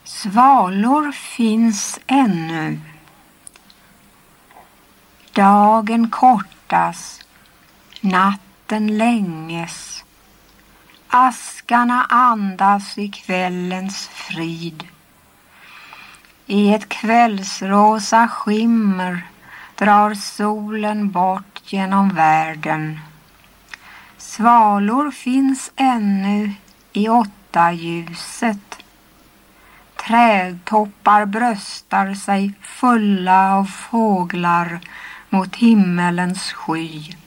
Svalor finns ännu. Dagen kortas, natten länges. Askarna andas i kvällens frid. I ett kvällsrosa skimmer drar solen bort genom världen. Svalor finns ännu i 8-ljuset. Trädtoppar bröstar sig fulla av fåglar mot himmelens sky.